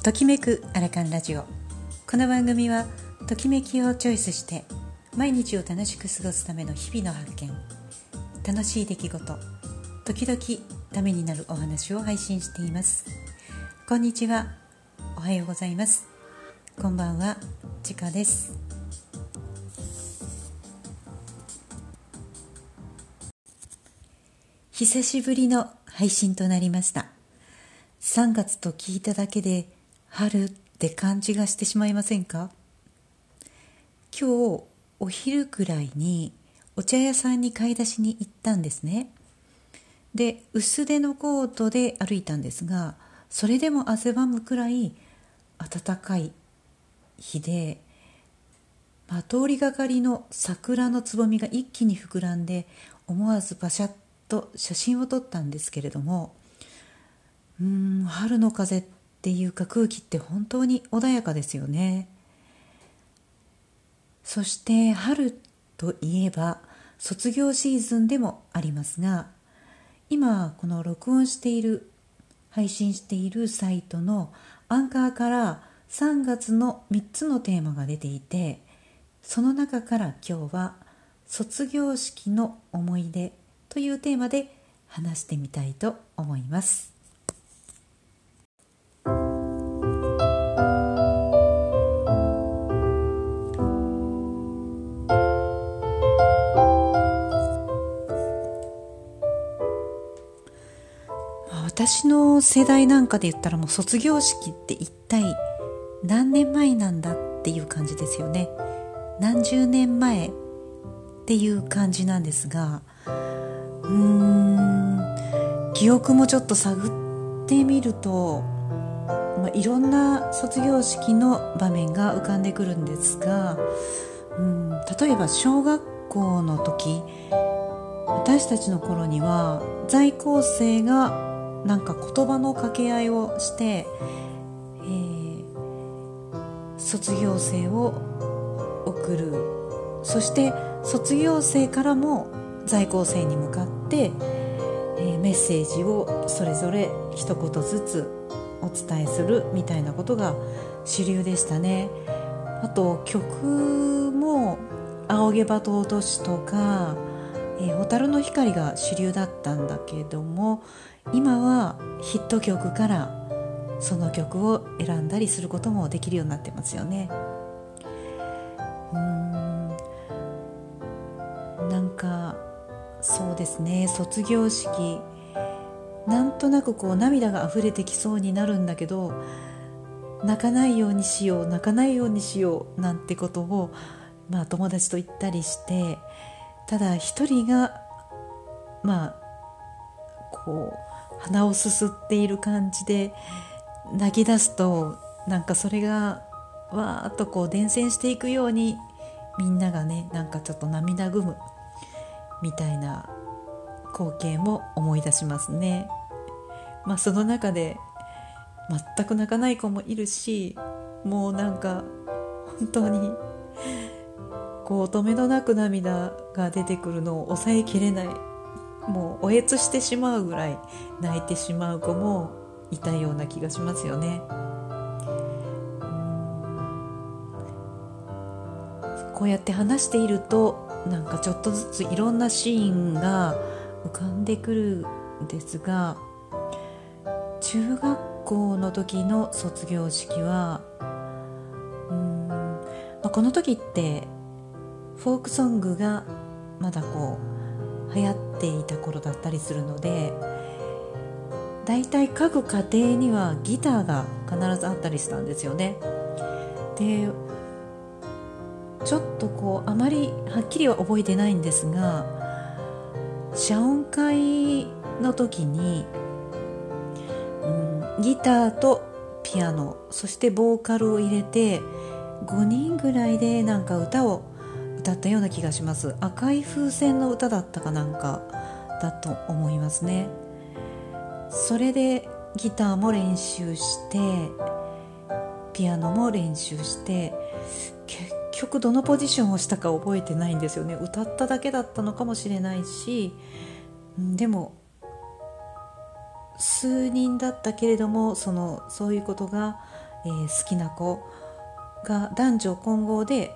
ときめくアラカンラジオ。この番組はときめきをチョイスして毎日を楽しく過ごすための日々の発見、楽しい出来事、時々ためになるお話を配信しています。こんにちは、おはようございます、こんばんは、ちかです。久しぶりの配信となりました。3月と聞いただけで春って感じがしてしまいませんか？今日お昼くらいにお茶屋さんに買い出しに行ったんですね。で、薄手のコートで歩いたんですが、それでも汗ばむくらい暖かい日で、通りがかりの桜のつぼみが一気に膨らんで、思わずパシャッと写真を撮ったんですけれども、春の風っていうか空気って本当に穏やかですよね。そして春といえば卒業シーズンでもありますが、今この録音している配信しているサイトのアンカーから3月の3つのテーマが出ていて、その中から今日は卒業式の思い出というテーマで話してみたいと思います。私の世代なんかで言ったらもう卒業式って一体何年前なんだっていう感じですよね。何十年前っていう感じなんですが、記憶もちょっと探ってみると、いろんな卒業式の場面が浮かんでくるんですが、例えば小学校の時、私たちの頃には在校生がなんか言葉の掛け合いをして、卒業生を送る。そして卒業生からも在校生に向かって、メッセージをそれぞれ一言ずつお伝えするみたいなことが主流でしたね。あと曲も仰げば尊しとか、蛍の光が主流だったんだけども、今はヒット曲からその曲を選んだりすることもできるようになってますよね。なんかそうですね、卒業式なんとなくこう涙が溢れてきそうになるんだけど、泣かないようにしよう泣かないようにしようなんてことを、友達と言ったりして、ただ一人がこう鼻をすすっている感じで泣き出すと、なんかそれがわーっとこう伝染していくように、みんながね、なんかちょっと涙ぐむみたいな光景も思い出しますね。その中で全く泣かない子もいるし、もうなんか本当にこう止めどなく涙が出てくるのを抑えきれない、もうおえつしてしまうぐらい泣いてしまう子もいたような気がしますよね。こうやって話していると、なんかちょっとずついろんなシーンが浮かんでくるんですが、中学校の時の卒業式はこの時ってフォークソングがまだこう流行っていた頃だったりするので、だいたい各家庭にはギターが必ずあったりしたんですよね。で、ちょっとこうあまりはっきりは覚えてないんですが、謝恩会の時に、ギターとピアノ、そしてボーカルを入れて5人ぐらいでなんか歌を歌ったような気がします。赤い風船の歌だったかなんかだと思いますね。それでギターも練習してピアノも練習して、結局どのポジションをしたか覚えてないんですよね。歌っただけだったのかもしれないし、でも数人だったけれども、そういうことが好きな子が男女混合で、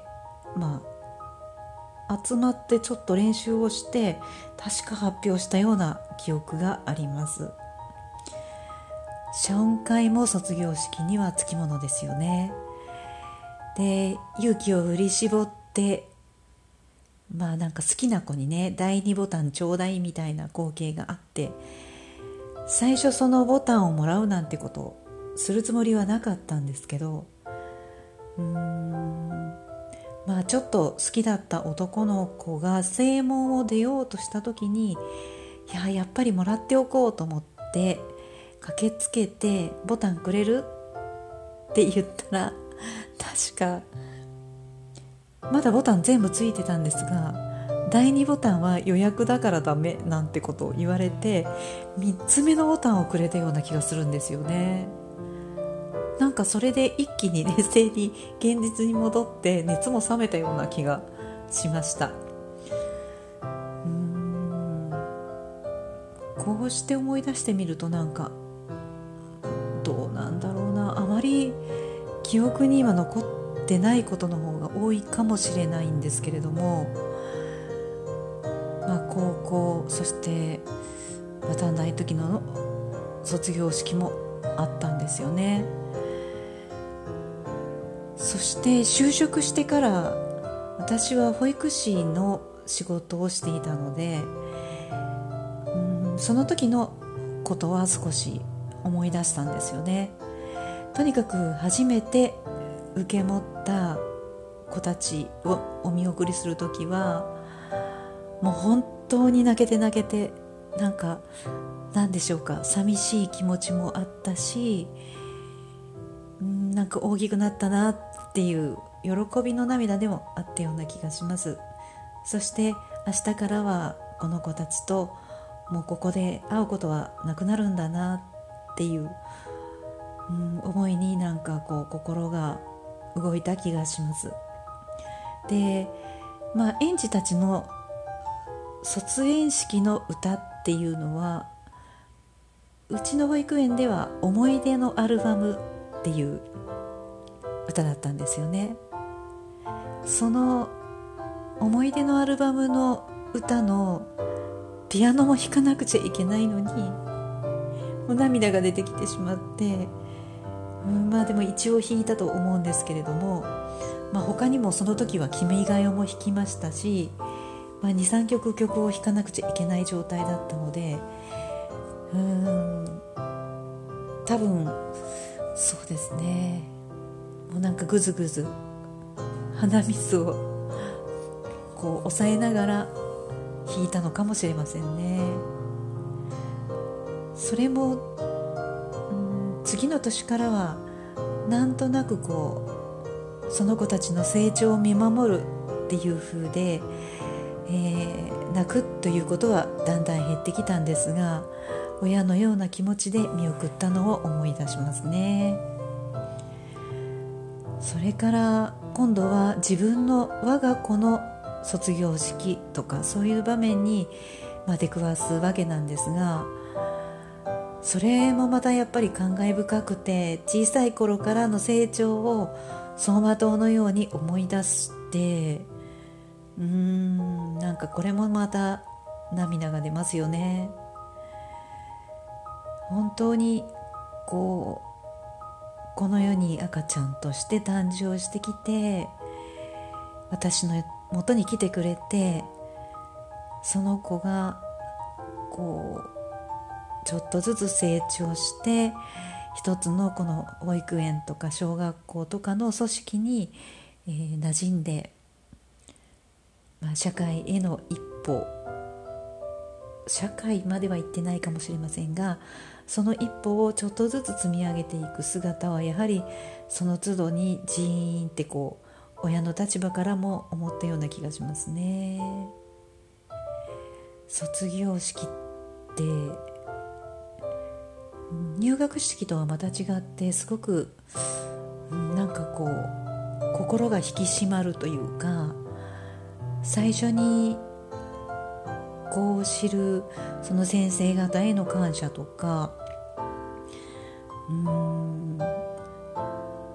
集まってちょっと練習をして確か発表したような記憶があります。謝恩会も卒業式にはつきものですよね。で、勇気を振り絞ってなんか好きな子にね、第2ボタンちょうだいみたいな光景があって、最初そのボタンをもらうなんてことをするつもりはなかったんですけど、ちょっと好きだった男の子が正門を出ようとした時に、やっぱりもらっておこうと思って駆けつけて、ボタンくれるって言ったら、確かまだボタン全部ついてたんですが、第2ボタンは予約だからダメなんてことを言われて、3つ目のボタンをくれたような気がするんですよね。なんかそれで一気に冷静に現実に戻って熱も冷めたような気がしました。こうして思い出してみると、なんかどうなんだろうな、あまり記憶に今残ってないことの方が多いかもしれないんですけれども、高校、そして短大時の卒業式もあったんですよね。そして就職してから私は保育士の仕事をしていたので、その時のことは少し思い出したんですよね。とにかく初めて受け持った子たちをお見送りする時は、もう本当に泣けて、なんか何でしょうか、寂しい気持ちもあったし、なんか大きくなったなっていう喜びの涙でもあったような気がします。そして明日からはこの子たちともうここで会うことはなくなるんだなっていう、思いになんか心が動いた気がします。で、園児たちの卒園式の歌っていうのは、うちの保育園では思い出のアルバムっていう歌だったんですよね。その思い出のアルバムの歌のピアノも弾かなくちゃいけないのに、もう涙が出てきてしまって、でも一応弾いたと思うんですけれども、他にもその時は君が代も弾きましたし、2、3曲を弾かなくちゃいけない状態だったので、多分そうですね、もうなんかぐずぐず鼻水を抑えながら弾いたのかもしれませんね。それも、次の年からはなんとなくその子たちの成長を見守るっていう風で、泣くということはだんだん減ってきたんですが、親のような気持ちで見送ったのを思い出しますね。それから今度は自分の我が子の卒業式とかそういう場面に出くわすわけなんですが、それもまたやっぱり感慨深くて、小さい頃からの成長を走馬灯のように思い出して、なんかこれもまた涙が出ますよね。本当にこの世に赤ちゃんとして誕生してきて、私の元に来てくれて、その子がちょっとずつ成長して、一つのこの保育園とか小学校とかの組織に、馴染んで、社会への一歩、社会までは行ってないかもしれませんが、その一歩をちょっとずつ積み上げていく姿は、やはりその都度にジーンって親の立場からも思ったような気がしますね。卒業式って入学式とはまた違って、すごくなんか心が引き締まるというか、最初に知るその先生方への感謝とか、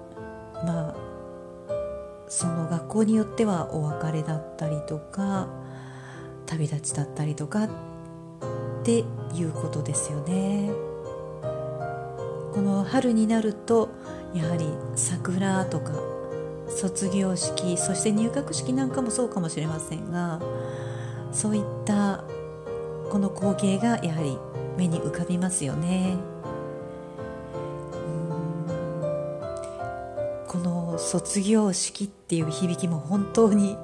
その学校によってはお別れだったりとか旅立ちだったりとかっていうことですよね。この春になるとやはり桜とか卒業式、そして入学式なんかもそうかもしれませんが、そういったこの光景がやはり目に浮かびますよね。この卒業式っていう響きも本当に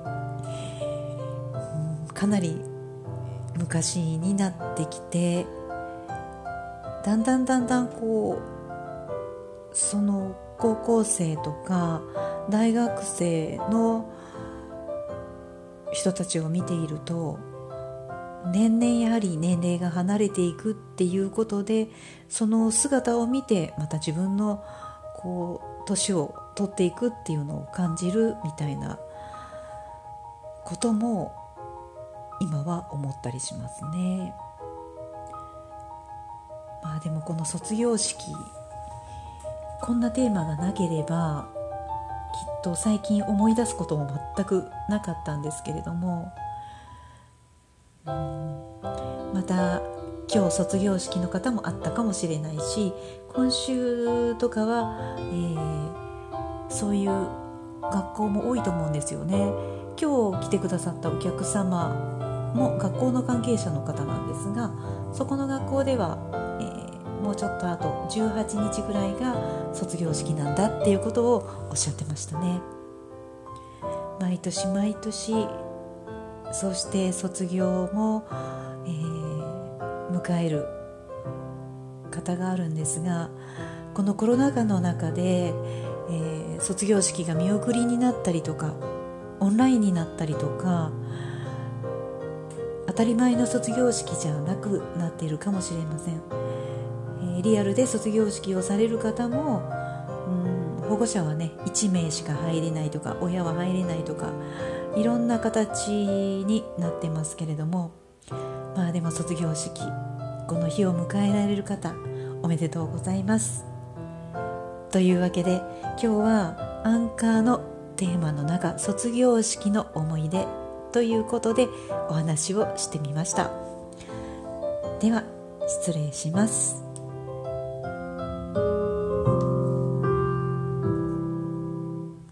かなり昔になってきて、だんだんこうその高校生とか大学生の人たちを見ていると、年々やはり年齢が離れていくっていうことで、その姿を見てまた自分のこう年を取っていくっていうのを感じるみたいなことも今は思ったりしますね。でもこの卒業式、こんなテーマがなければきっと最近思い出すことも全くなかったんですけれども、また今日卒業式の方もあったかもしれないし、今週とかは、そういう学校も多いと思うんですよね。今日来てくださったお客様も学校の関係者の方なんですが、そこの学校では、もうちょっとあと18日ぐらいが卒業式なんだっていうことをおっしゃってましたね。毎年毎年、そして卒業も、迎える方があるんですが、このコロナ禍の中で、卒業式が見送りになったりとかオンラインになったりとか、当たり前の卒業式じゃなくなっているかもしれません。リアルで卒業式をされる方も、保護者はね1名しか入れないとか、親は入れないとか、いろんな形になってますけれども、でも卒業式、この日を迎えられる方おめでとうございます。というわけで今日はアンカーのテーマの中、卒業式の思い出ということでお話をしてみました。では失礼します。